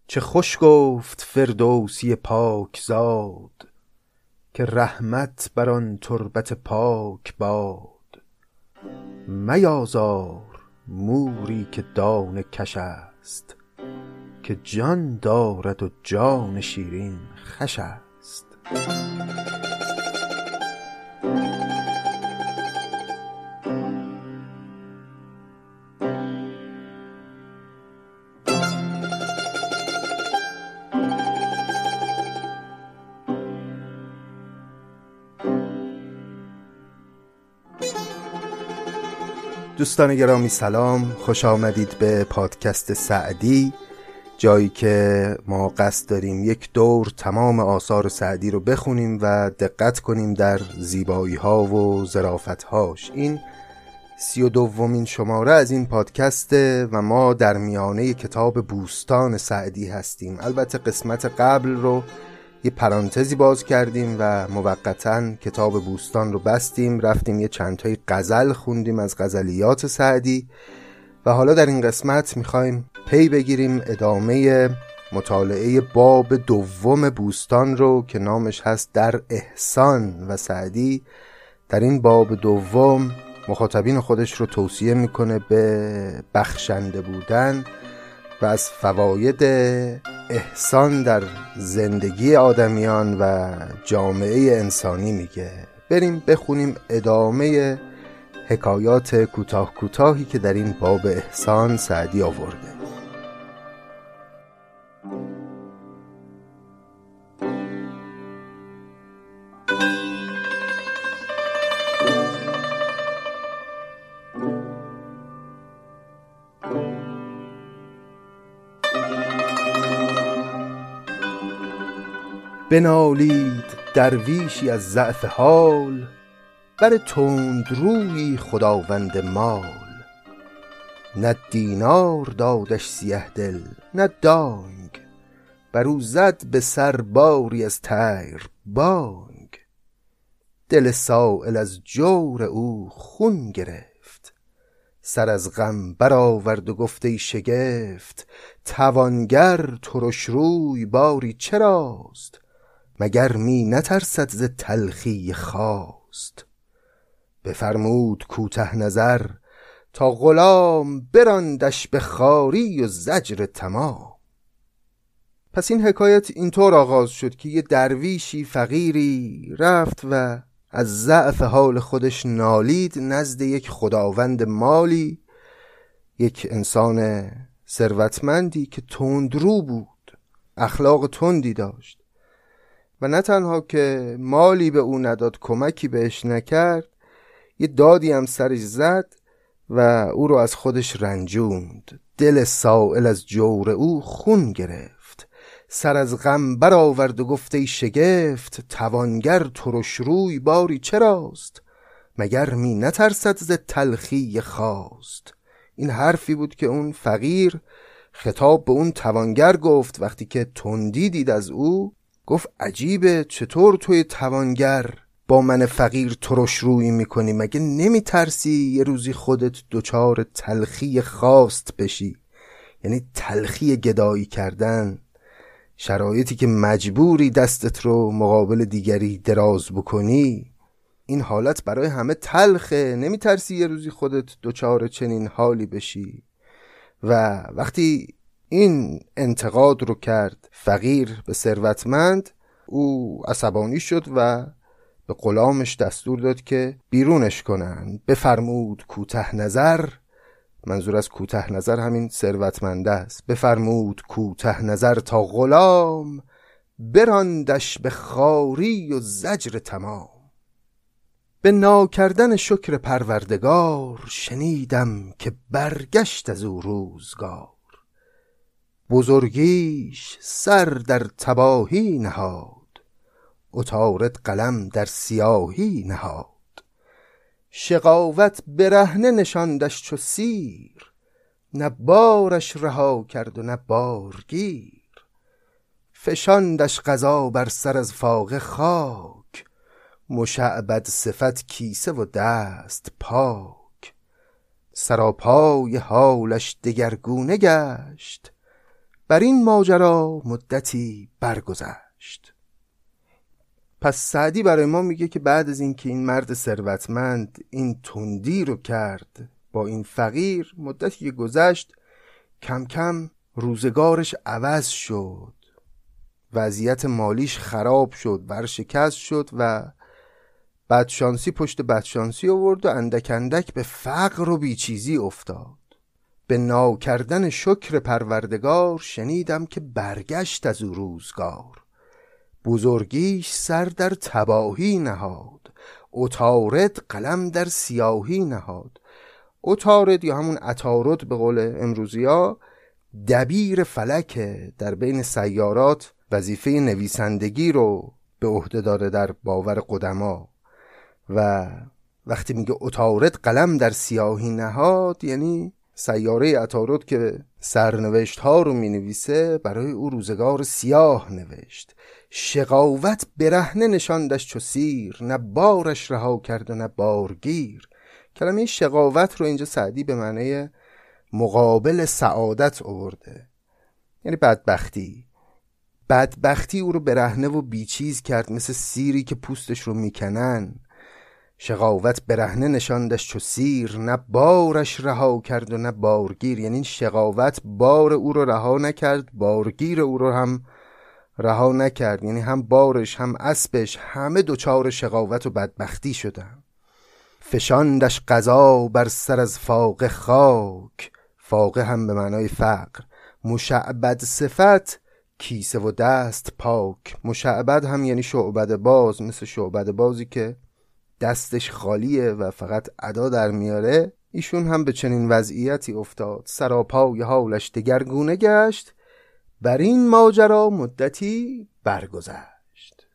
چه خوش گفت فردوسی پاک زاد، که رحمت بر آن تربت پاک باد. میازار موری که دانه کش است، که جان دارد و جان شیرین خوش است. دوستان گرامی سلام، خوش آمدید به پادکست سعدی، جایی که ما قصد داریم یک دور تمام آثار سعدی رو بخونیم و دقت کنیم در زیبایی ها و ظرافت هاش. این 32مین شماره از این پادکسته و ما در میانه کتاب بوستان سعدی هستیم. البته قسمت قبل رو یه پرانتزی باز کردیم و موقتاً کتاب بوستان رو بستیم، رفتیم یه چند تای غزل خوندیم از غزلیات سعدی و حالا در این قسمت میخوایم پی بگیریم ادامه مطالعه باب دوم بوستان رو که نامش هست در احسان. و سعدی در این باب دوم مخاطبین خودش رو توصیه میکنه به بخشنده بودن و از فواید احسان در زندگی آدمیان و جامعه انسانی میگه. بریم بخونیم ادامه حکایات کوتاه کوتاهی که در این باب احسان سعدی آورده. بنالید درویشی از ضعف حال، بر تندرویی خداوند مال. نه دینار دادش سیه دل نه دانگ، برو زد به سر باری از طیر بانگ. دل سایل از جور او خون گرفت، سر از غم برآورد و گفت ای شگفت. توانگر ترش روی باری چراست، مگر می نترسد ز تلخی خواست. بفرمود کوته نظر تا غلام، براندش به خواری و زجر تمام. پس این حکایت اینطور آغاز شد که یه درویشی فقیری رفت و از ضعف حال خودش نالید نزد یک خداوند مالی، یک انسان ثروتمندی که تندرو بود، اخلاق تندی داشت و نه تنها که مالی به او نداد، کمکی بهش نکرد، یه دادی هم سرش زد و او رو از خودش رنجوند. دل سائل از جور او خون گرفت، سر از غم برآورد و گفت ای شگفت. توانگر ترش روی باری چراست، مگر می نترسد ز تلخی خواست. این حرفی بود که اون فقیر خطاب به اون توانگر گفت وقتی که تندی دید از او. گفت عجیبه، چطور توی توانگر با من فقیر ترش روی میکنی؟ مگه نمی ترسی یه روزی خودت دچار تلخی خواست بشی؟ یعنی تلخی گدایی کردن، شرایطی که مجبوری دستت رو مقابل دیگری دراز بکنی. این حالت برای همه تلخه، نمی ترسی یه روزی خودت دچار چنین حالی بشی؟ و وقتی این انتقاد رو کرد فقیر به ثروتمند، او عصبانی شد و به غلامش دستور داد که بیرونش کنن. بفرمود کوته نظر، منظور از کوته نظر همین ثروتمنده است، بفرمود کوته نظر تا غلام، براندش به خواری و زجر تمام. به ناکردن شکر پروردگار، شنیدم که برگشت از او روزگار. بزرگیش سر در تباهی نهاد، عطارد قلم در سیاهی نهاد. شقاوت برهنه نشاندش چو سیر، نه بارش رها کرد و نه بارگیر. فشاندش قضا بر سر از فاقه خاک، مشعبد صفت کیسه و دست پاک. سراپای حالش دگرگونه گشت، بر این ماجرا مدتی برگذشت. پس سعدی برای ما میگه که بعد از اینکه این مرد ثروتمند این تندی رو کرد با این فقیر، مدتی که گذشت کم کم روزگارش عوض شد، وضعیت مالیش خراب شد، ورشکست شد و بدشانسی پشت بدشانسی آورد و اندک اندک به فقر و بیچیزی افتاد. به ناکردن شکر پروردگار شنیدم که برگشت از او روزگار. بزرگیش سر در تباهی نهاد، عطارد قلم در سیاهی نهاد. عطارد یا همون عطارد به قول امروزیا دبیر فلکه، در بین سیارات وظیفه نویسندگی رو به عهده داره در باور قدما. و وقتی میگه عطارد قلم در سیاهی نهاد، یعنی سیاره عطارد که سرنوشت ها رو می نویسه برای او روزگار سیاه نوشت. شقاوت برهنه نشاندش چو سیر، نه بارش رها کرد و نه بارگیر. کلمه شقاوت رو اینجا سعدی به معنی مقابل سعادت آورده، یعنی بدبختی او رو برهنه و بیچیز کرد، مثل سیری که پوستش رو میکنن. شقاوت برهنه نشاندش چو سیر، نه بارش رها کرد و نه بارگیر. یعنی شقاوت بار او رو رها نکرد، بارگیر او رو هم رها نکرد. یعنی هم بارش هم اسبش همه دچار شقاوت و بدبختی شدن. فشاندش قضا بر سر از فاقه خاک، فاقه هم به معنای فقر. مشعبد صفت کیسه و دست پاک. مشعبد هم یعنی شعبد باز، مثل شعبد بازی که دستش خالیه و فقط ادا در میاره. ایشون هم به چنین وضعیتی افتاد، سراپای حالش دگرگونه گشت. بر این ماجرا مدتی برگذشت.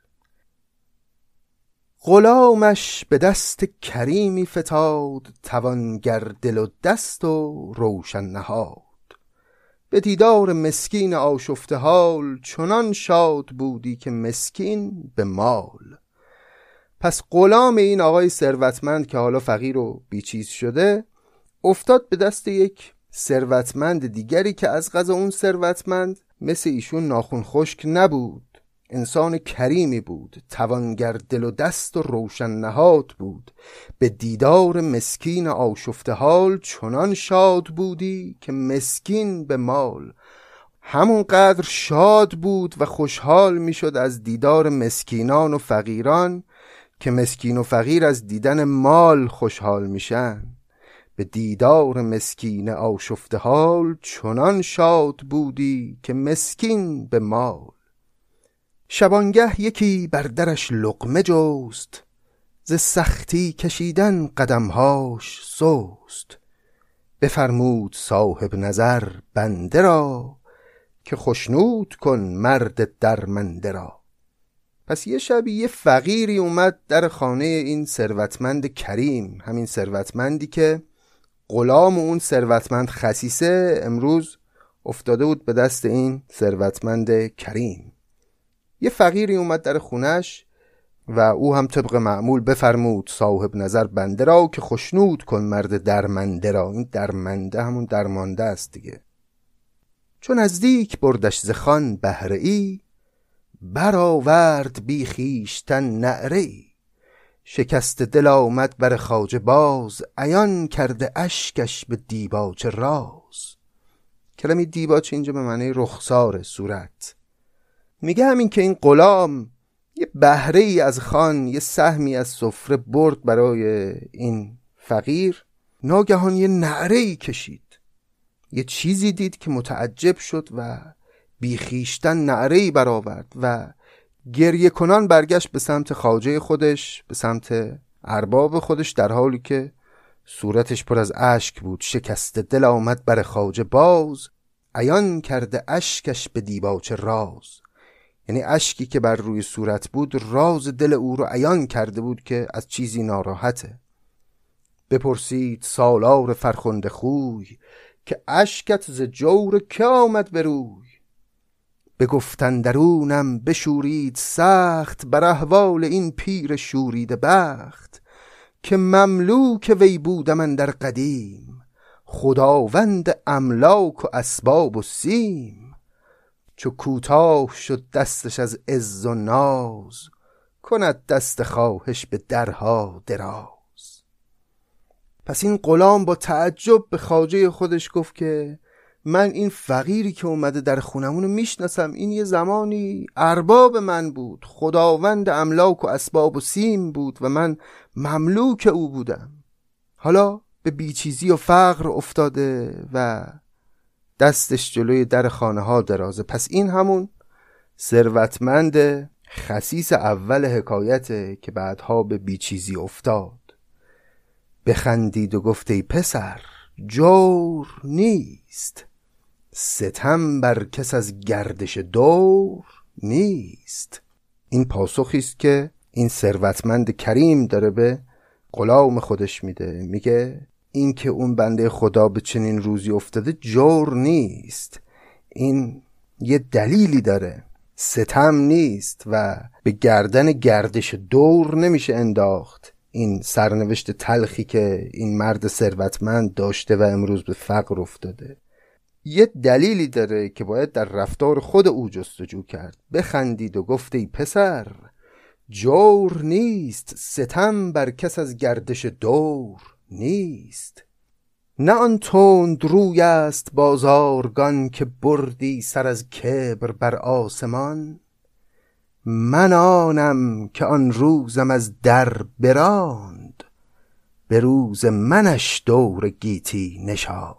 غلامش به دست کریمی فتاد، توانگر دل و دست و روشن نهاد. به دیدار مسکین آشفته حال، چنان شاد بودی که مسکین به مال. پس غلام این آقای ثروتمند که حالا فقیر و بیچیز شده، افتاد به دست یک ثروتمند دیگری که از قضا اون ثروتمند مثل ایشون ناخن خشک نبود، انسان کریمی بود، توانگر دل و دست و روشن نهاد بود. به دیدار مسکین آشفته حال، چنان شاد بودی که مسکین به مال. همون قدر شاد بود و خوشحال میشد از دیدار مسکینان و فقیران که مسکین و فقیر از دیدن مال خوشحال میشن. به دیدار مسکین آشفته حال، چنان شاد بودی که مسکین به مال. شبانگه یکی بر درش لقمه جست، ز سختی کشیدن قدمهاش سست. بفرمود صاحب نظر بنده را، که خشنود کن مرد درمنده را. پس یه شبی یه فقیری اومد در خانه این ثروتمند کریم، همین ثروتمندی که غلام اون ثروتمند خسیسه امروز افتاده بود به دست این ثروتمند کریم. یه فقیری اومد در خونش و او هم طبق معمول بفرمود صاحب نظر بنده را، که خشنود کن مرد درمنده را. این درمنده همون درمانده است دیگه. چون نزدیک بردش ز خوان بهره ای، برآورد بی خویشتن نعره ای. شکست دل آمد بر خواجه باز، عیان کرده اشکش به دیباچه راز. کلمه دیباچه اینجا به معنی رخسار، صورت. میگه همین که این غلام یه بهره ای از خوان، یه سهمی از سفره برد برای این فقیر، ناگهان یه نعره ای کشید، یه چیزی دید که متعجب شد و بیخیشتن نعره ای برآورد و گریه کنان برگشت به سمت خواجه خودش، به سمت ارباب خودش، در حالی که صورتش پر از اشک بود. شکست دل آمد بر خواجه باز، عیان کرده اشکش به دیباچه راز. یعنی اشکی که بر روی صورت بود راز دل او رو عیان کرده بود که از چیزی ناراحته. بپرسید سالار فرخنده خوی، که اشکت ز جور که آمد به روی. بگفتن درونم بشورید سخت، بر احوال این پیر شوریده بخت. که مملوک وی بودم اندر قدیم، خداوند املاک و اسباب و سیم. چو کوتاه شد دستش از عز و ناز، کند دست خواهش به درها دراز. پس این غلام با تعجب به خواجه خودش گفت که من این فقیری که اومده در خونمونو میشناسم، این یه زمانی ارباب من بود، خداوند املاک و اسباب و سیم بود و من مملوک او بودم. حالا به بیچیزی و فقر افتاده و دستش جلوی در خانه ها درازه. پس این همون ثروتمند خسیس اول حکایته که بعدها به بیچیزی افتاد. بخندید و گفت ای پسر جور نیست، ستم بر کس از گردش دور نیست. این پاسخی است که این ثروتمند کریم داره به غلام خودش میده. میگه این که اون بنده خدا به چنین روزی افتاده جور نیست، این یه دلیلی داره، ستم نیست و به گردن گردش دور نمیشه انداخت این سرنوشت تلخی که این مرد ثروتمند داشته و امروز به فقر افتاده. یه دلیلی داره که باید در رفتار خود او جستجو کرد. بخندید و گفت ای پسر جور نیست، ستم بر کس از گردش دور نیست. نه آن تند روی است بازارگان که بردی سر از کبر بر آسمان. من آنم که آن روزم از در براند، به روز منش دور گیتی نشاند.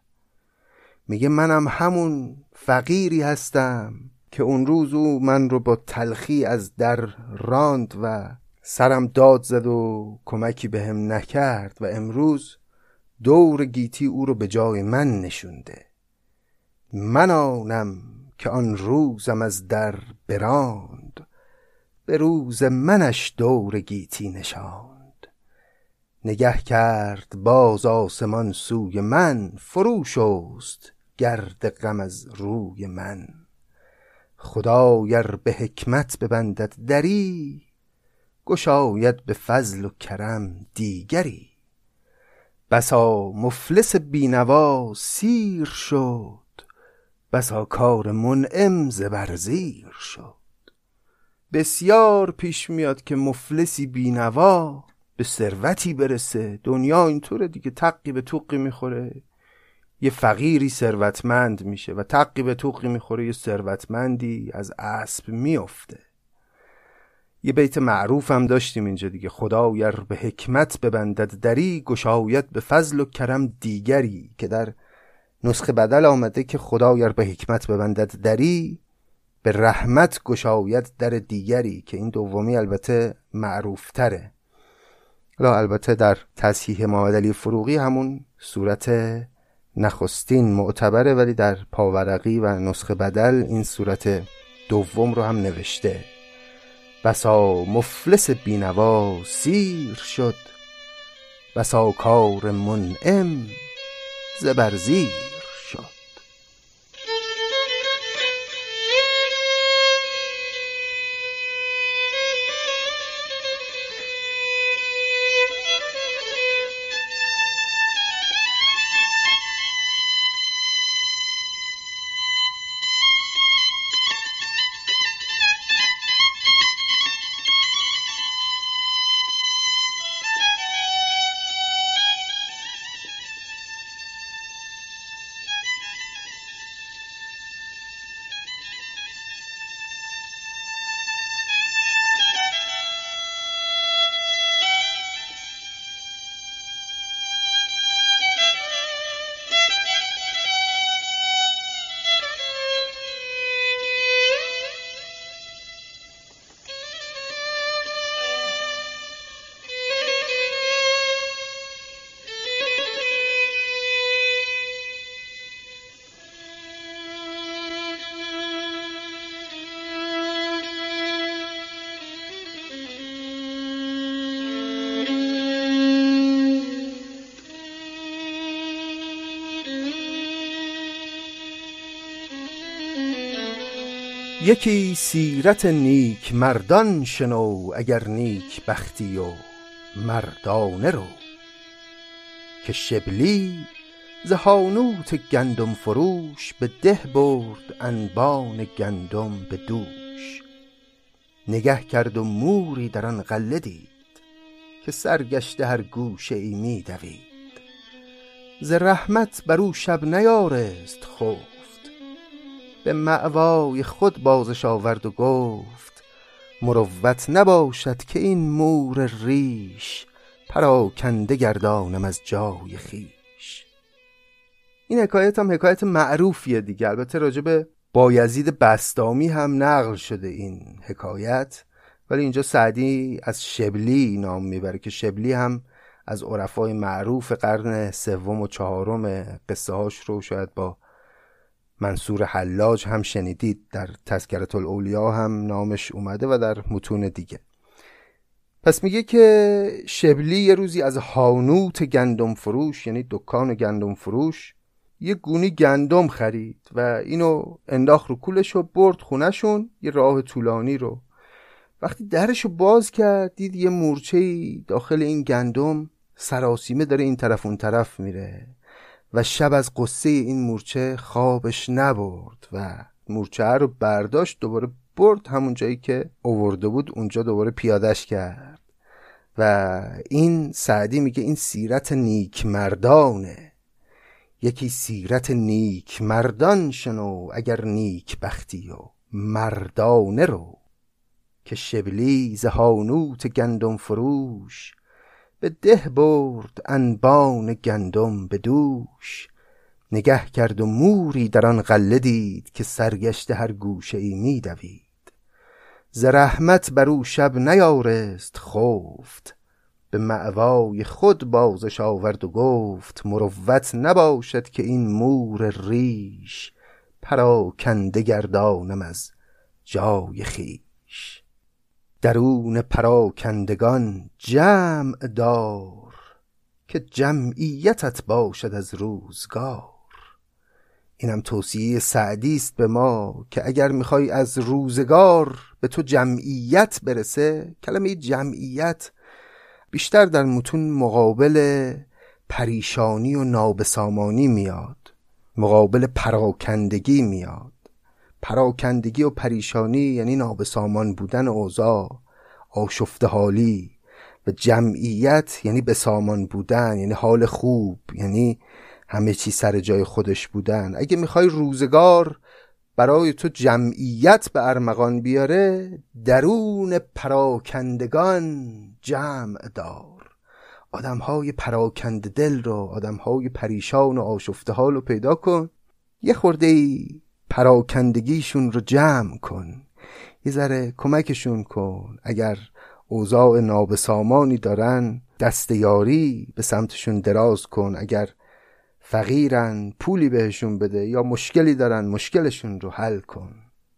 میگه منم همون فقیری هستم که اون روز او من رو با تلخی از در راند و سرم داد زد و کمکی بهم نکرد و امروز دور گیتی او رو به جای من نشونده. من آنم که آن روزم از در براند، به روز منش دور گیتی نشاند. نگه کرد باز آسمان سوی من، فرو شست گرد غم از روی من. خدای ار به حکمت ببندد دری، گشاید به فضل و کرم دیگری. بسا مفلس بینوا سیر شد، بسا کار منعم زبر زیر شد. بسیار پیش میاد که مفلسی بینوا به ثروتی برسه. دنیا اینطوره دیگه، تقی به توقی میخوره. یه فقیری ثروتمند میشه و تقی به توقی میخوره، یه ثروتمندی از اسب میفته. یه بیت معروف هم داشتیم اینجا دیگه، خدای ار به حکمت ببندد دری، گشاید به فضل و کرم دیگری، که در نسخه بدل آمده که خدای ار به حکمت ببندد دری، به رحمت گشاید در دیگری، که این دومی البته معروف تره. البته در تصحیح محمد علی فروغی همون صورت نخستین معتبره، ولی در پاورقی و نسخه بدل این صورت دوم رو هم نوشته. بسا مفلس بینوا سیر شد، بسا کار منعم زبر زیر شد. یکی سیرت نیک مردان شنو، اگر نیک بختی و مردانه رو. که شبلی ز حانوت گندم فروش به ده برد انبان گندم به دوش. نگه کرد و موری در آن غله دید که سرگشته هر گوشه ای می دوید. ز رحمت بر او شب نیارست خفت به مأوای خود بازش آورد و گفت مروت نباشد که این مور ریش پراکنده گردانم از جای خویش. این حکایت هم حکایت معروفیه دیگه. البته راجع به بایزید بسطامی هم نقل شده این حکایت، ولی اینجا سعدی از شبلی نام میبره که شبلی هم از عرفای معروف قرن سوم و چهارم. قصه هاش رو شاید با منصور حلاج هم شنیدید، در تذکرة الاولیا هم نامش اومده و در متون دیگه. پس میگه که شبلی یه روزی از حانوت گندم فروش، یعنی دکان گندم فروش، یه گونی گندم خرید و اینو انداخت رو کولش و برد خونهشون یه راه طولانی رو. وقتی درشو باز کرد دید یه مورچه‌ای داخل این گندم سراسیمه داره این طرف اون طرف میره و شب از قصه این مورچه خوابش نبرد و مورچه رو برداشت دوباره برد همون جایی که آورده بود، اونجا دوباره پیادش کرد. و این سعدی میگه این سیرت نیک مردانه. یکی سیرت نیک مردان شنو اگر نیک بختی و مردانه رو. که شبلی ز حانوت گندم فروش به ده برد انبان گندم به دوش. نگه کرد و موری در آن غله دید که سرگشته هر گوشه ای می دوید. ز رحمت بر او شب نیارست خفت به مأوای خود بازش آورد و گفت مروت نباشد که این مور ریش پراکنده گردانم از جای خویش. درون پراکندگان جمع دار که جمعیتت باشد از روزگار. اینم توصیه سعدی است به ما که اگر میخوای از روزگار به تو جمعیت برسه. کلمه جمعیت بیشتر در متون مقابل پریشانی و نابسامانی میاد، مقابل پراکندگی میاد. پراکندگی و پریشانی یعنی نابسامان بودن اوضاع، آشفته حالی، و جمعیت یعنی بسامان بودن، یعنی حال خوب، یعنی همه چی سر جای خودش بودن. اگه میخوای روزگار برای تو جمعیت به ارمغان بیاره، درون پراکندگان جمع دار. آدمهای پراکنده دل رو، آدمهای پریشان و آشفته حال رو پیدا کن، یه خورده پراکندگیشون رو جمع کن، یه ذره کمکشون کن. اگر اوضاع نابسامانی دارن دست یاری به سمتشون دراز کن. اگر فقیرن پولی بهشون بده، یا مشکلی دارن مشکلشون رو حل کن.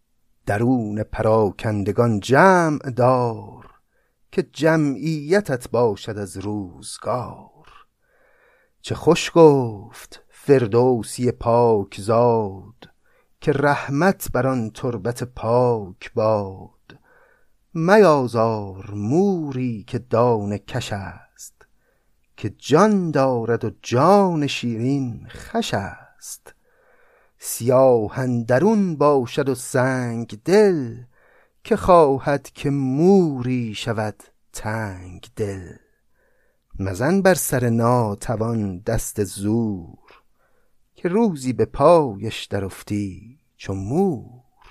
درون پراکندگان جمع دار که جمعیتت باشد از روزگار. چه خوش گفت فردوسی پاک زاد که رحمت بر آن تربت پاک باد. میازار موری که دانه کش است که جان دارد و جان شیرین خوش است. سیاه اندرون باشد و سنگ دل که خواهد که موری شود تنگ دل. مزن بر سر ناتوان دست زور که روزی به پایش درافتی چو مور.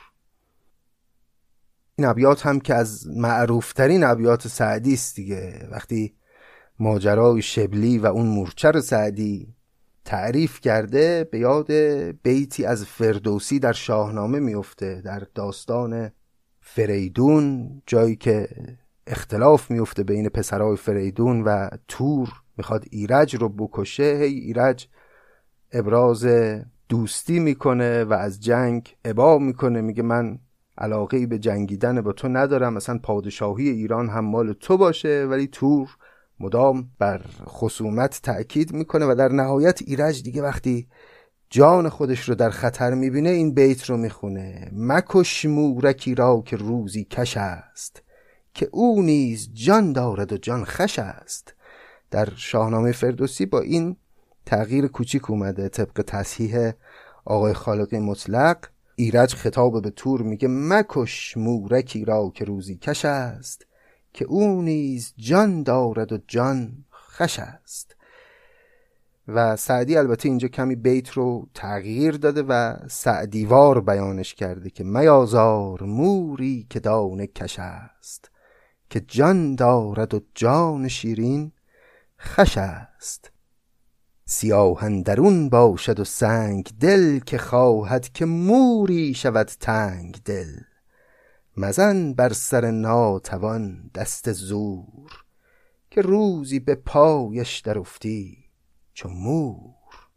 این ابیات هم که از معروفترین ابیات سعدی است دیگه. وقتی ماجرای شبلی و اون مورچه رو سعدی تعریف کرده، به یاد بیتی از فردوسی در شاهنامه میفته، در داستان فریدون، جایی که اختلاف میفته بین پسرای فریدون و تور میخواد ایرج رو بکشه. هی ایرج ابراز دوستی میکنه و از جنگ ابا میکنه، میگه من علاقه‌ای به جنگیدن با تو ندارم، مثلا پادشاهی ایران هم مال تو باشه. ولی تور مدام بر خصومت تأکید میکنه و در نهایت ایرج دیگه وقتی جان خودش رو در خطر میبینه این بیت رو میخونه: مکش مورکی را که روزی کش است که او نیز جان دارد و جان خوش است. در شاهنامه فردوسی با این تغییر کوچیک اومده طبق تصحیح آقای خالقی مطلق. ایرج خطاب به تور میگه مکش مورکی را که روزی کش است، که او نیز جان دارد و جان خوش است. و سعدی البته اینجا کمی بیت رو تغییر داده و سعدیوار بیانش کرده که میازار موری که دانه کش است، که جان دارد و جان شیرین خوش است. سیاه اندرون باشد و سنگ دل، که خواهد که موری شود تنگ دل. مزن بر سر ناتوان دست زور، که روزی به پایش در افتی چو مور.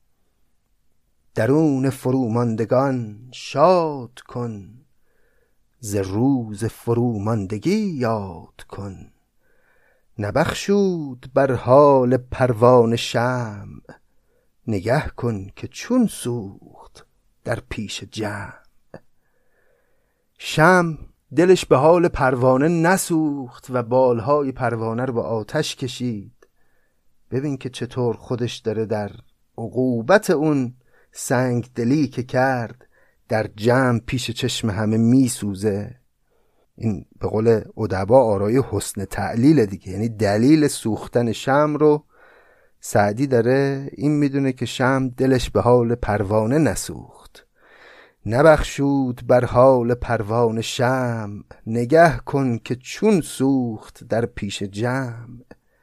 درون فروماندگان شاد کن، ز روز فروماندگی یاد کن. نبخشود بر حال پروانه شمع، نگه کن که چون سوخت در پیش جمع. شمع دلش به حال پروانه نسوخت و بالهای پروانه رو به آتش کشید. ببین که چطور خودش داره در عقوبت اون سنگ دلی که کرد در جمع پیش چشم همه میسوزه. این به قول ادبا آرای حسن تعلیل دیگه، یعنی دلیل سوختن شمع رو سعدی داره این میدونه که شمع دلش به حال پروانه نسوخت. نبخشود بر حال پروانه شمع، نگه کن که چون سوخت در پیش جمع.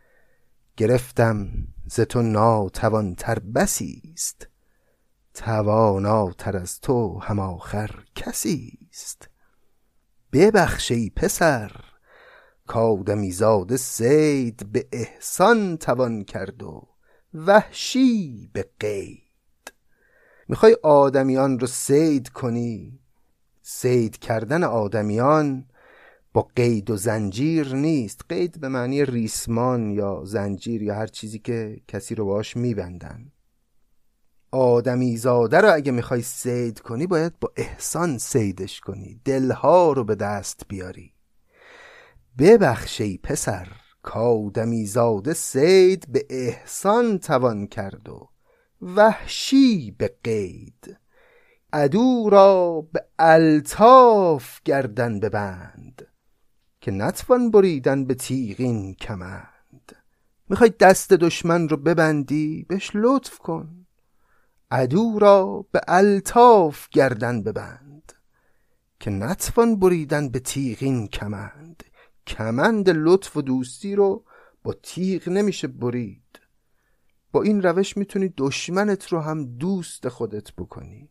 گرفتم ز تو ناتوانتر بسیست، تواناتر از تو هم آخر کسیست. ببخش ای پسر کآدمی زاده صید، به احسان توان کرد و وحشی به قید. میخوای آدمیان رو صید کنی، صید کردن آدمیان با قید و زنجیر نیست. قید به معنی ریسمان یا زنجیر یا هر چیزی که کسی رو باش میبندن. آدمی زاده رو اگه میخوای صید کنی باید با احسان صیدش کنی، دلها رو به دست بیاری. ببخش ای پسر کآدمی زاده صید، به احسان توان کرد و وحشی به قید. عدو را به الطاف گردن ببند، که نتوان بریدن به تیغین کمند. میخوای دست دشمن رو ببندی بهش لطف کن. عدو را به الطاف گردن ببند، که نتوان بریدن به تیغین کمند. کمند لطف و دوستی رو با تیغ نمیشه برید. با این روش میتونی دشمنت رو هم دوست خودت بکنی.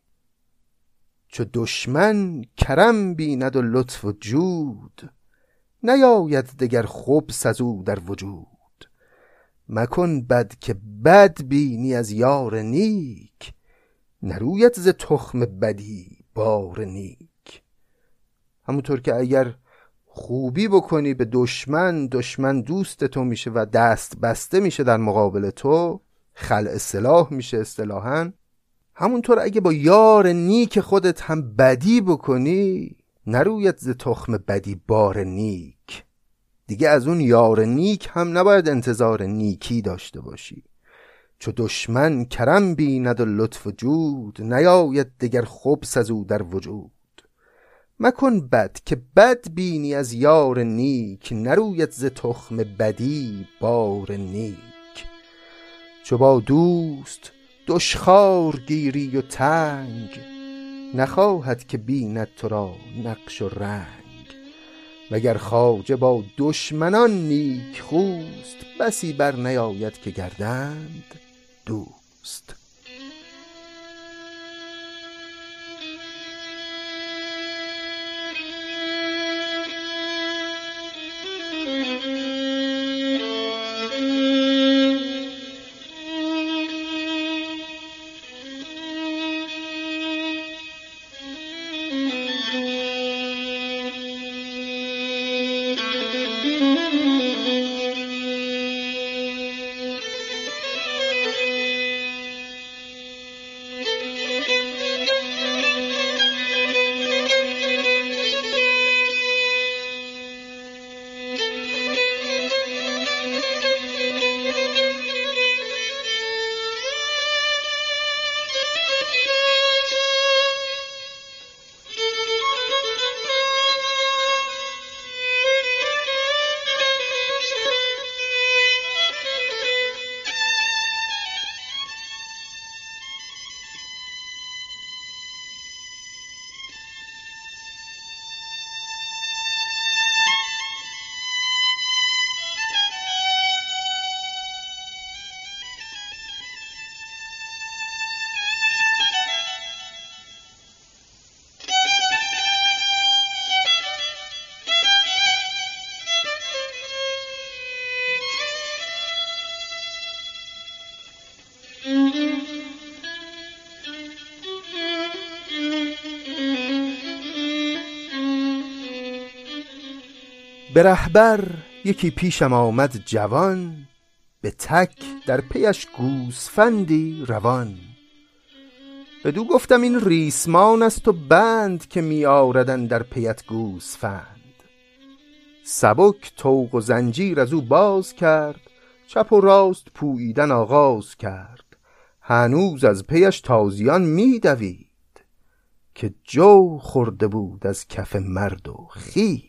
چو دشمن کرم بیند و لطف و جود، نیاید دگر خبث از او در وجود. مکن بد که بد بینی از یار نیک، نروید ز تخم بدی بار نیک. همونطور که اگر خوبی بکنی به دشمن، دشمن دوست تو میشه و دست بسته میشه در مقابل تو، خلع سلاح میشه اصطلاحاً. همونطور اگه با یار نیک خودت هم بدی بکنی، نروید ز تخم بدی بار نیک. دیگه از اون یار نیک هم نباید انتظار نیکی داشته باشی. چو دشمن کرم بیند و لطف و جود، نیاید دگر خبث از او در وجود. مکن بد که بد بینی از یار نیک، نروید ز تخم بدی بار نیک. چو با دوست دشخوار گیری و تنگ، نخواهد که بیند تو را نقش و رنگ. وگر خواجه با دشمنان نیک خوست، بسی بر نیاید که گردند دوست. به رهبر یکی پیشم آمد جوان، به تک در پیش گوسفندی روان. بدو گفتم این ریسمان است و بند، که می آردن در پیت گوسفند. سبک طوق و زنجیر از او باز کرد، چپ و راست پوییدن آغاز کرد. هنوز از پیش تازیان می دوید، که جو خورده بود از کف مرد و خید.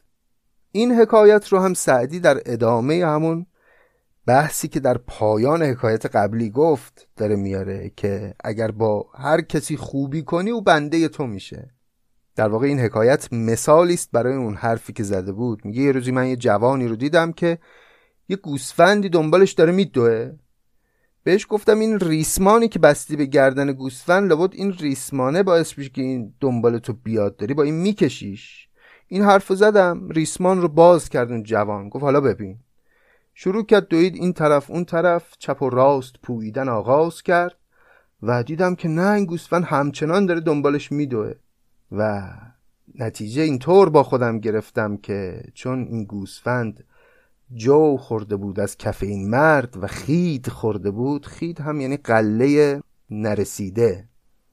این حکایت رو هم سعدی در ادامه همون بحثی که در پایان حکایت قبلی گفت داره میاره که اگر با هر کسی خوبی کنی او بنده تو میشه. در واقع این حکایت مثالی است برای اون حرفی که زده بود. میگه یه روزی من یه جوانی رو دیدم که یه گوسفندی دنبالش داره میدوه. بهش گفتم این ریسمانی که بستی به گردن گوسفند، لابد این ریسمانه باعث میشه که این دنبال تو بیاد، داری با این میکشیش. این حرفو زدم، ریسمان رو باز کرد اون جوان. گفت حالا ببین. شروع کرد دوید این طرف اون طرف، چپ و راست پوییدن آغاز کرد و دیدم که نه، این گوسفند همچنان داره دنبالش میدوه. و نتیجه اینطور با خودم گرفتم که چون این گوسفند جو خورده بود از کف این مرد و خید خورده بود، خید هم یعنی قله نرسیده.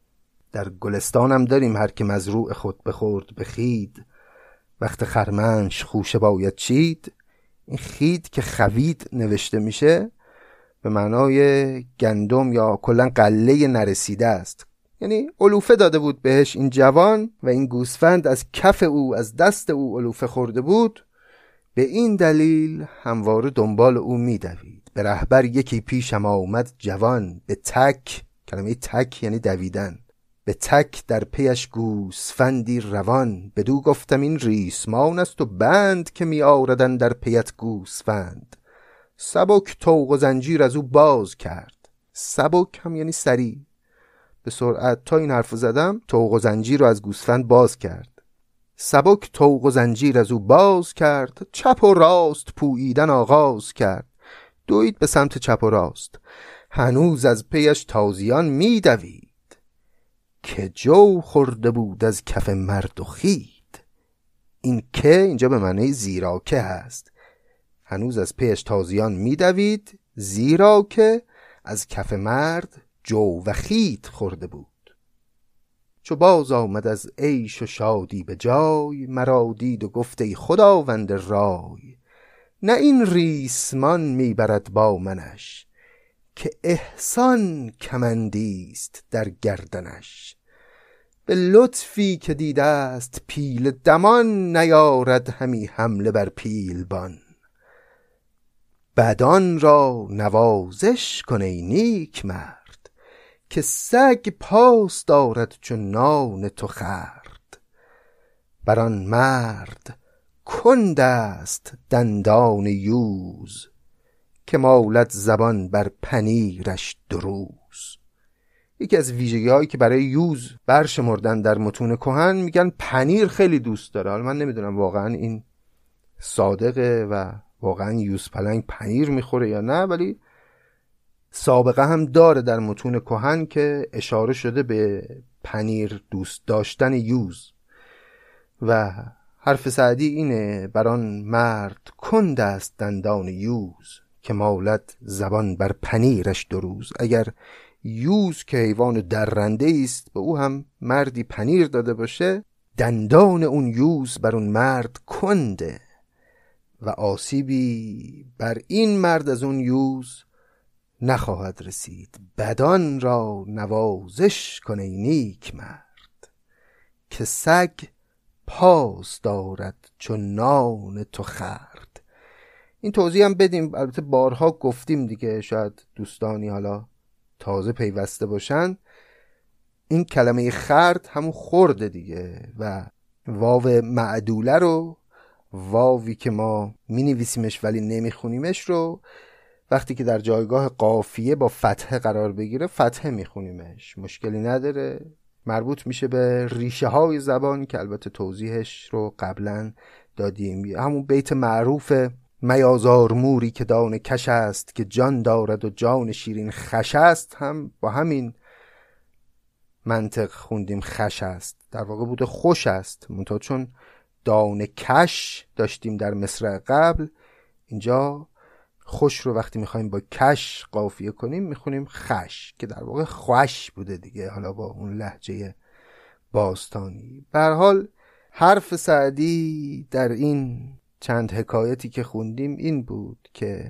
در گلستان هم داریم هر که مزروع خود بخورد به خید، وقت خرمنش خوشه باید چید. این خید که خوید نوشته میشه به معنای گندم یا کلا قله نرسیده است. یعنی علوفه داده بود بهش این جوان و این گوسفند از کف او، از دست او علوفه خورده بود. به این دلیل همواره دنبال او میدوید. به رهبر یکی پیشم آمد جوان، به تک، کلمه تک یعنی دویدن، به تک در پیش گوسفندی روان. بدو گفتم این ریسمان است و بند، که می آردن در پیت گوسفند. سبک طوق و زنجیر از او باز کرد. سبک هم یعنی سریع، به سرعت. تا این حرف زدم طوق و زنجیر رو از گوسفند باز کرد. سبک طوق و زنجیر از او باز کرد، چپ و راست پوییدن آغاز کرد. دوید به سمت چپ و راست، هنوز از پیش تازیان می دوید، که جو خورده بود از کف مرد و خید. این که اینجا به معنی زیرا که هست. هنوز از پیش تازیان می دوید، زیرا که از کف مرد جو و خید خورده بود. چو باز آمد از عیش و شادی به جای، مرا دید و گفت ای خداوند رای. نه این ریسمان می برد با منش، که احسان کمندیست در گردنش. به لطفی که دیده است پیل دمان، نیارد همی حمله بر پیلبان. بدان را نوازش کن ای نیک مرد، که سگ پاس دارد چون نان تو خورد. بران مرد کند است دندان یوز، که مالد زبان بر پنیرش 2 روز. یکی از ویژگی هایی که برای یوز برشمردن در متون کهن، میگن پنیر خیلی دوست داره. حالا من نمیدونم واقعا این صادقه و واقعا یوز پلنگ پنیر میخوره یا نه، ولی سابقه هم داره در متون کهن که اشاره شده به پنیر دوست داشتن یوز. و حرف سعدی اینه: بران مرد کند است دندان یوز، که مالد زبان بر پنیرش 2 روز. اگر یوز که حیوان درنده است به او هم مردی پنیر داده باشه، دندان اون یوز بر اون مرد کنده و آسیبی بر این مرد از اون یوز نخواهد رسید. بدان را نوازش کن ای نیک مرد، که سگ پاس دارد چون نان تو خورد. این توضیح هم بدیم، البته بارها گفتیم دیگه، شاید دوستانی حالا تازه پیوسته باشن. این کلمه خورد همون خورده دیگه و واو معدوله رو، واوی که ما می نویسیمش ولی نمی خونیمش رو، وقتی که در جایگاه قافیه با فتحه قرار بگیره فتحه می خونیمش، مشکلی نداره. مربوط میشه به ریشه های زبان که البته توضیحش رو قبلا دادیم. همون بیت معروف میازار موری که دانه کش است، که جان دارد و جان شیرین خش است، هم با همین منطق خوندیم خش است. در واقع بوده خوش است، منتها چون دانه کش داشتیم در مصرع قبل، اینجا خوش رو وقتی میخوایم با کش قافیه کنیم میخونیم خش، که در واقع خوش بوده دیگه، حالا با اون لهجه باستانی. به هر حال حرف سعدی در این چند حکایتی که خوندیم این بود که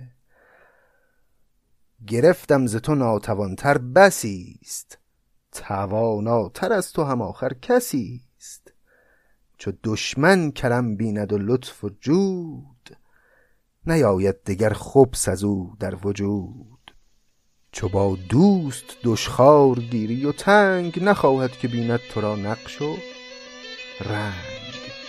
گرفتم ز تو ناتوانتر بسیست، تواناتر از تو هم آخر کسیست. چو دشمن کرم بیند و لطف و جود، نیاید دگر خبث از او در وجود. چو با دوست دشخوار گیری و تنگ، نخواهد که بیند تو را نقش و رنگ.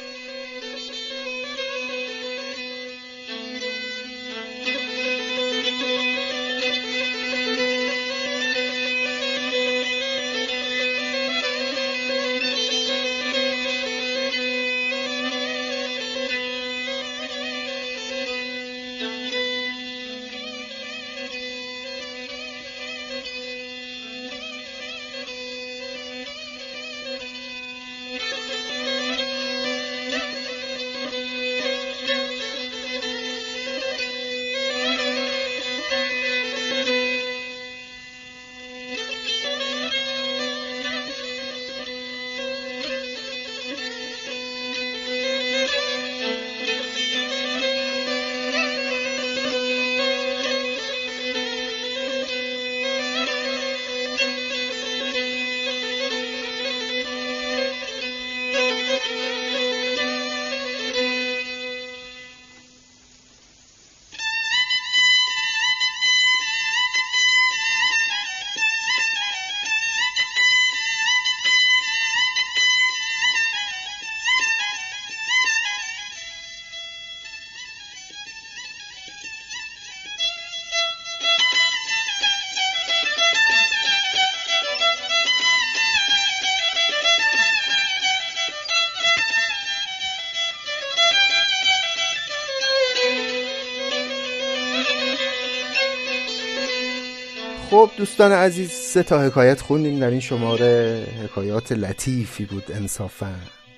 خب دوستان عزیز، 3 تا حکایت خوندیم در این شماره. حکایات لطیفی بود انصافا.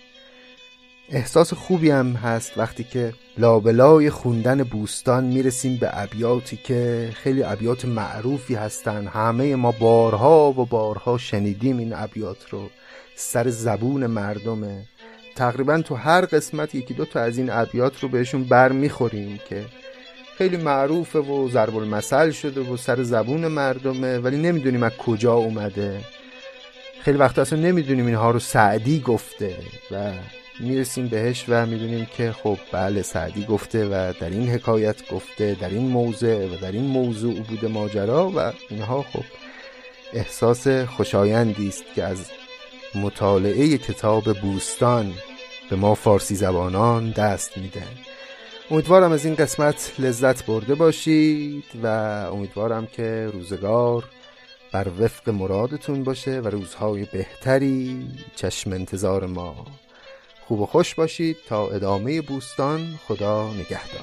احساس خوبی هم هست وقتی که لابلای خوندن بوستان میرسیم به ابیاتی که خیلی ابیات معروفی هستن. همه ما بارها و بارها شنیدیم این ابیات رو، سر زبون مردمه. تقریبا تو هر قسمت 1-2 تا از این ابیات رو بهشون بر میخوریم که خیلی معروفه و ضرب المثل شده و سر زبون مردمه، ولی نمیدونیم از کجا اومده. خیلی وقتا اصلا نمیدونیم اینها رو سعدی گفته و میرسیم بهش و میدونیم که خب بله سعدی گفته و در این حکایت گفته، در این موضع و در این موضوع بوده ماجرا و اینها. خب احساس خوشایندی است که از مطالعه کتاب بوستان به ما فارسی زبانان دست میده. امیدوارم از این قسمت لذت برده باشید و امیدوارم که روزگار بر وفق مرادتون باشه و روزهای بهتری چشم انتظار ما. خوب و خوش باشید تا ادامه بوستان. خدا نگهدار.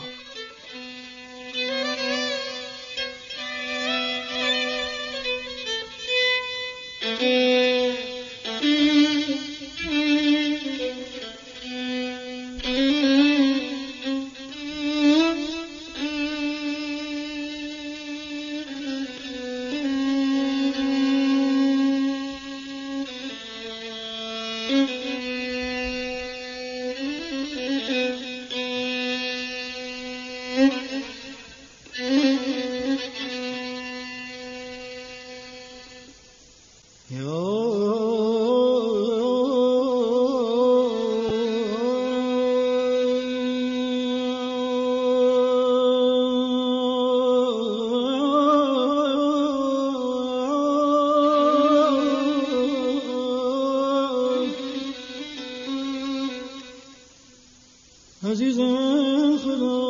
عزیزم خدا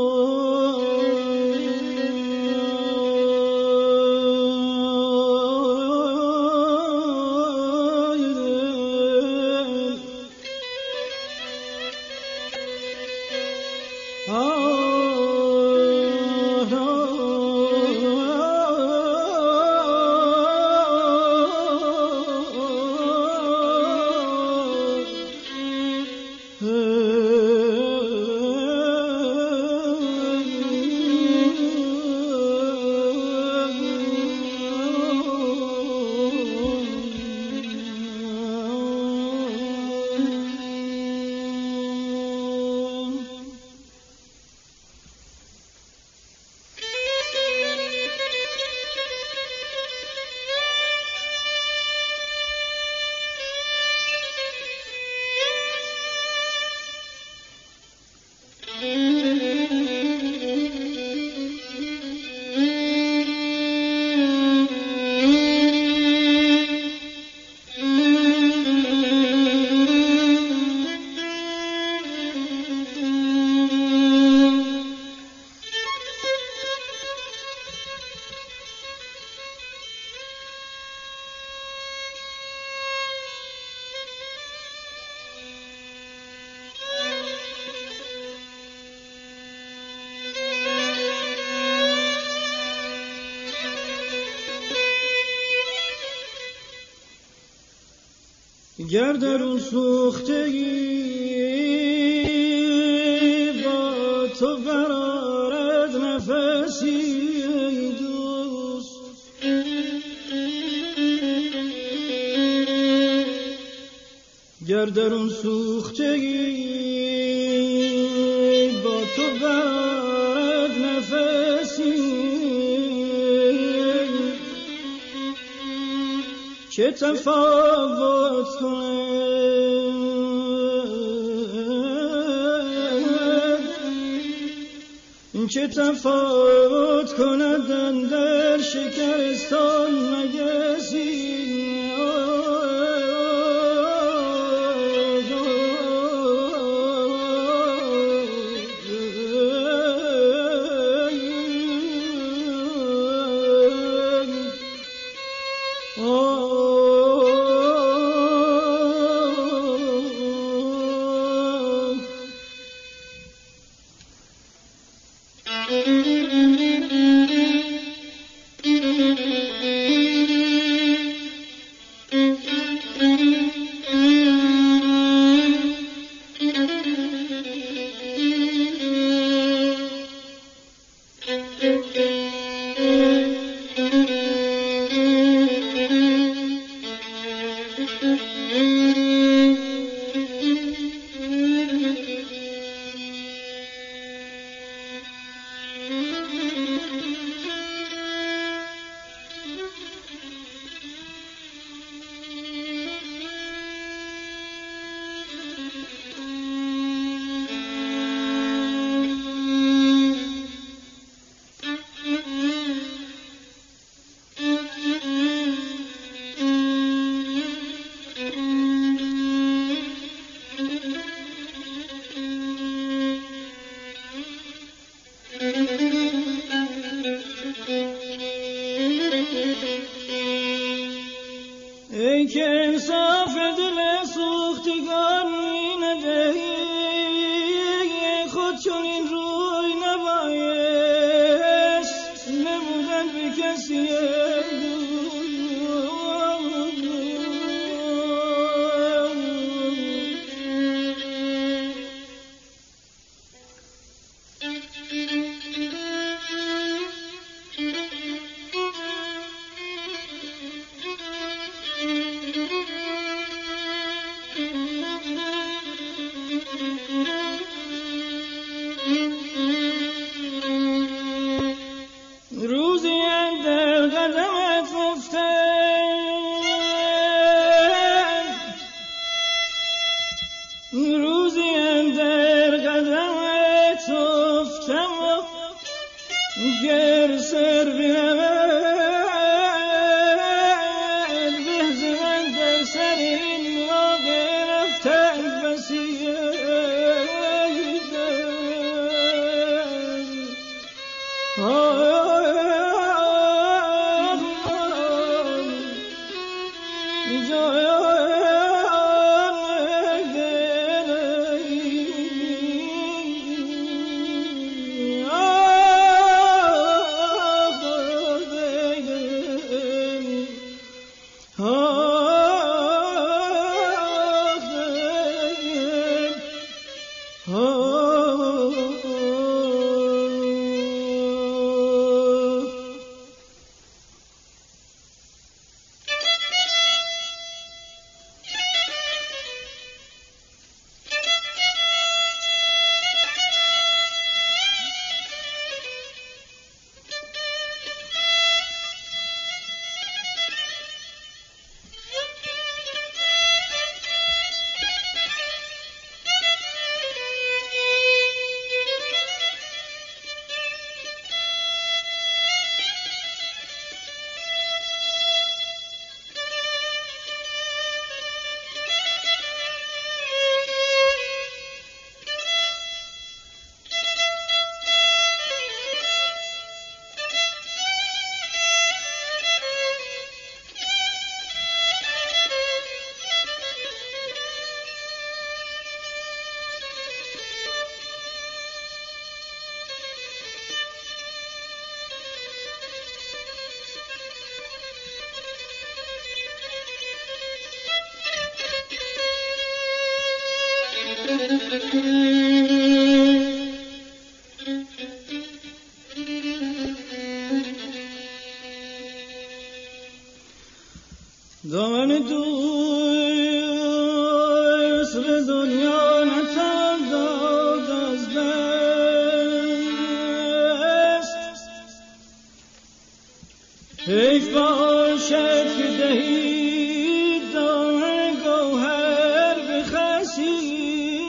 گر درون سوختگی با تو برآرد نفسی ای دوست، گر درون سوختگی با تو برآرد نفسی، چه تفاوت کند، چه تفاوت کند اندر شکرستان مگسی. ای که انصاف دل سوختگانی ندهی، خود چون این روی نبایست نمودن به کسی. روزی اندر قدمت افتم، روزی اندر قدمت افتم، گر سر برود به ز من در سر این را گرفتن بسی. دامن دوست به دنیا نتوان داد از دست. حیف باشد که دهی دامن گوهر به خسی.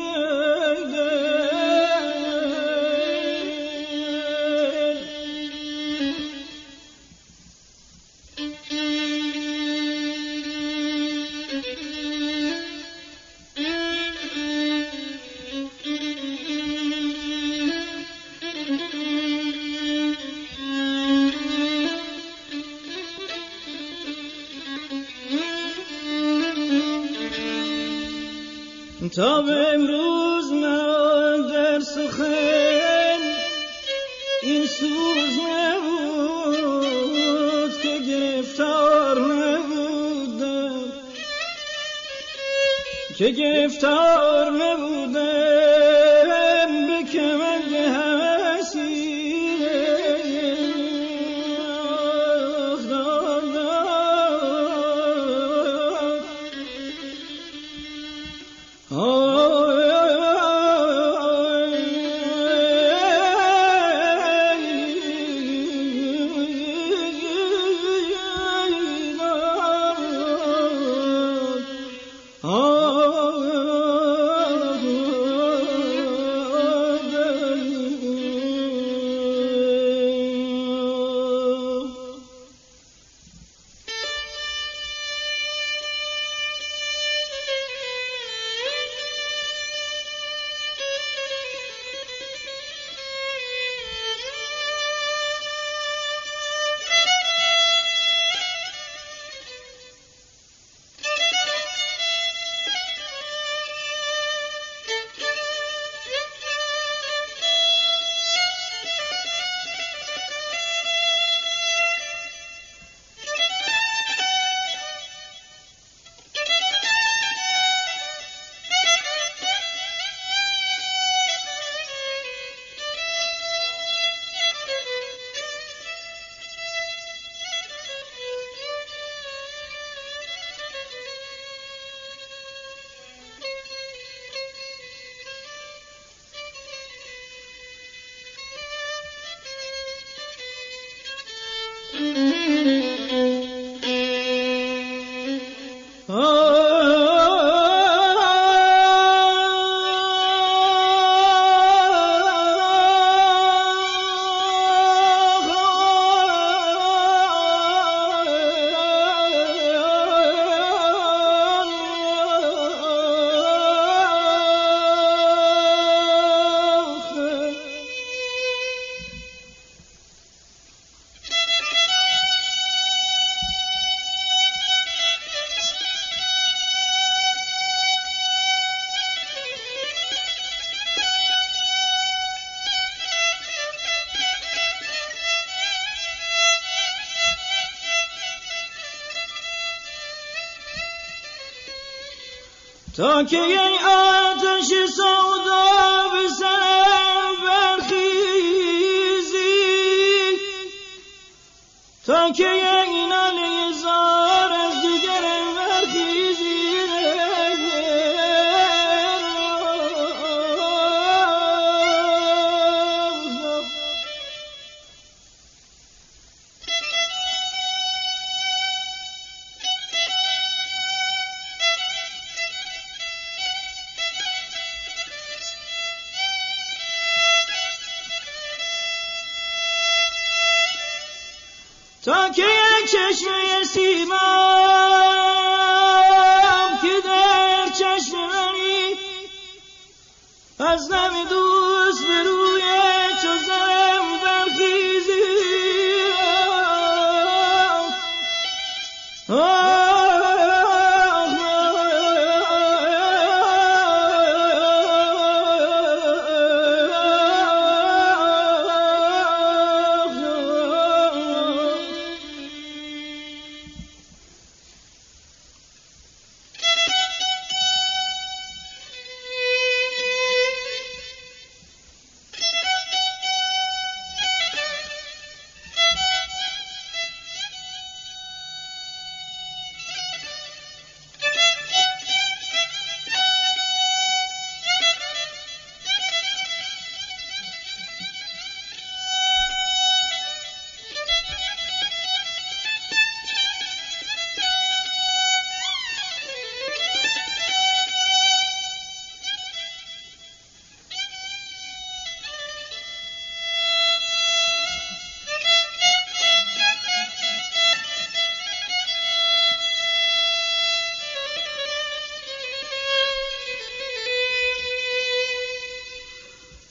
تا به امروز من در سخن این سوز نبود که گرفتار نبودم، به کمند هوسی. تا که این آتش سودا به سرم برخیزی، تا که این ناله زار از دیگرم برخیزی. تا که یک چشمه سیمام که در چشم منی از نم دوست به روی چو زرم برخیزی.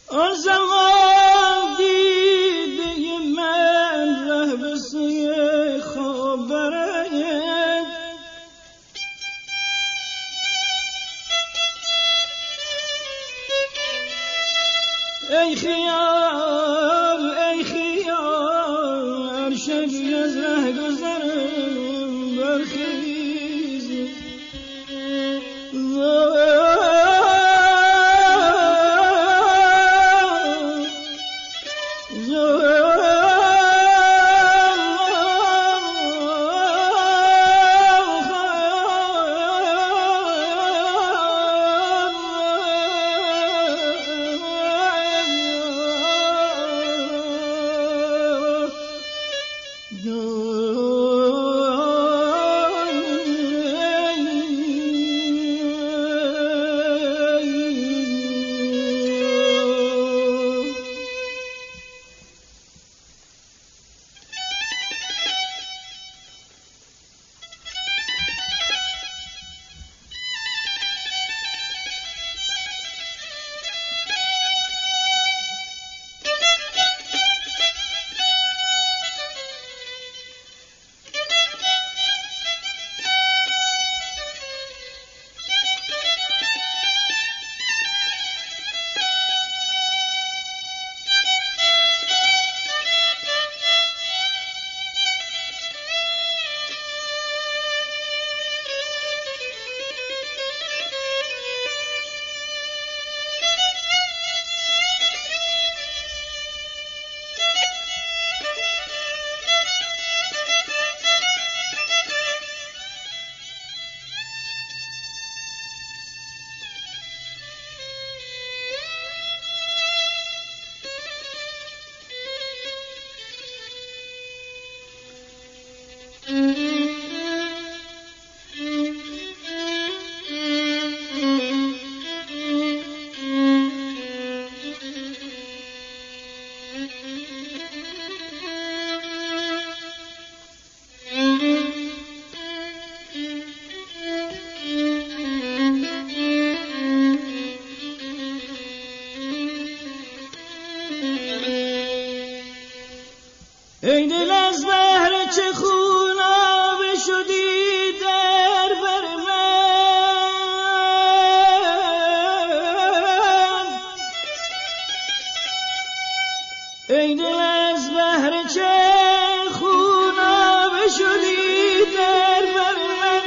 آن زمان دیده من ره به سوی خواب برد. ای خیال هر شبی از ره گذرم برخیز. ای دل از بهر چه خونابه شدی در بر من. ای دل از بهر چه خونابه شدی در بر من.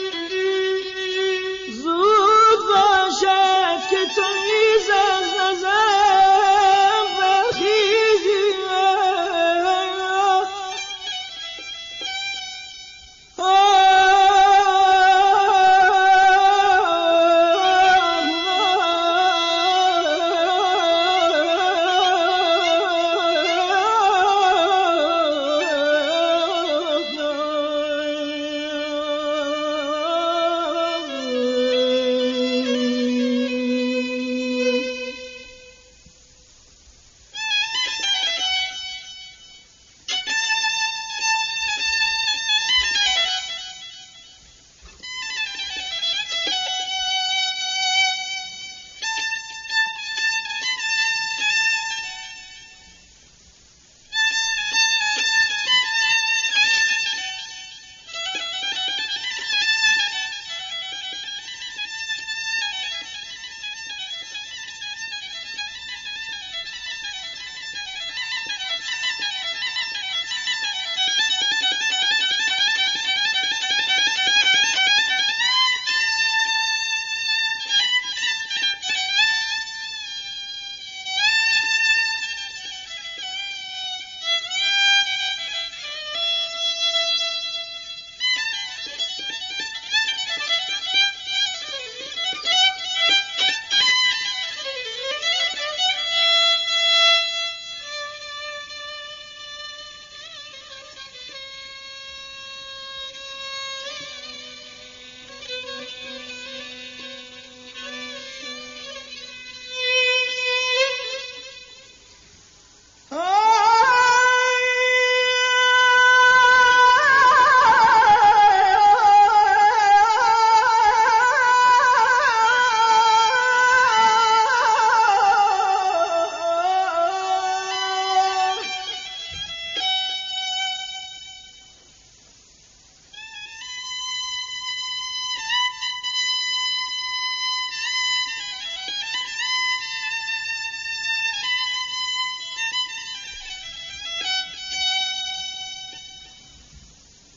زود باشد که تو نیز از نظرم برخیزی.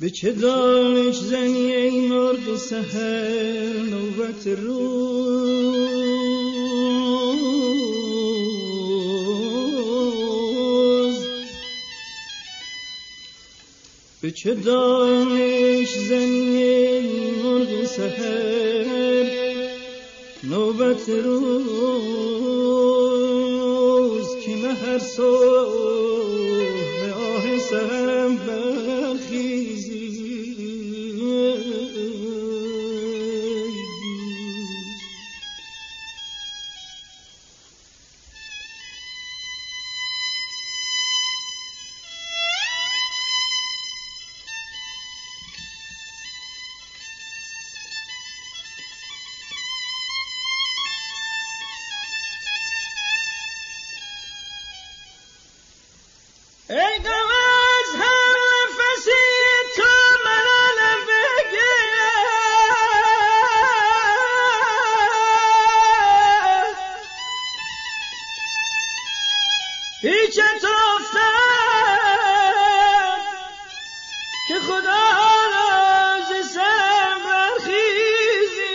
به چه دانش زنی ای مرغ سحر نوبت روز؟ به چه دانش زنی ای مرغ سحر نوبت روز؟ که من هر صبح به آه سحرم برخیزی ای غم از هر نفسی تو منو بگیر، هیچت افتاد که خدا راز سرم برخیزی.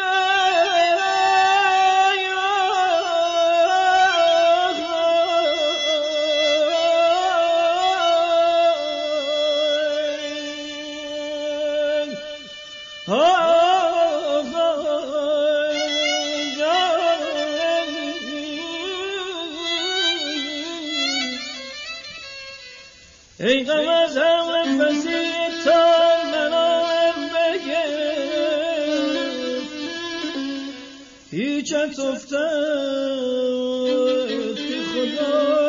ای غم از هر نفسی تو منو بگیر، هیچت افتاد که خدا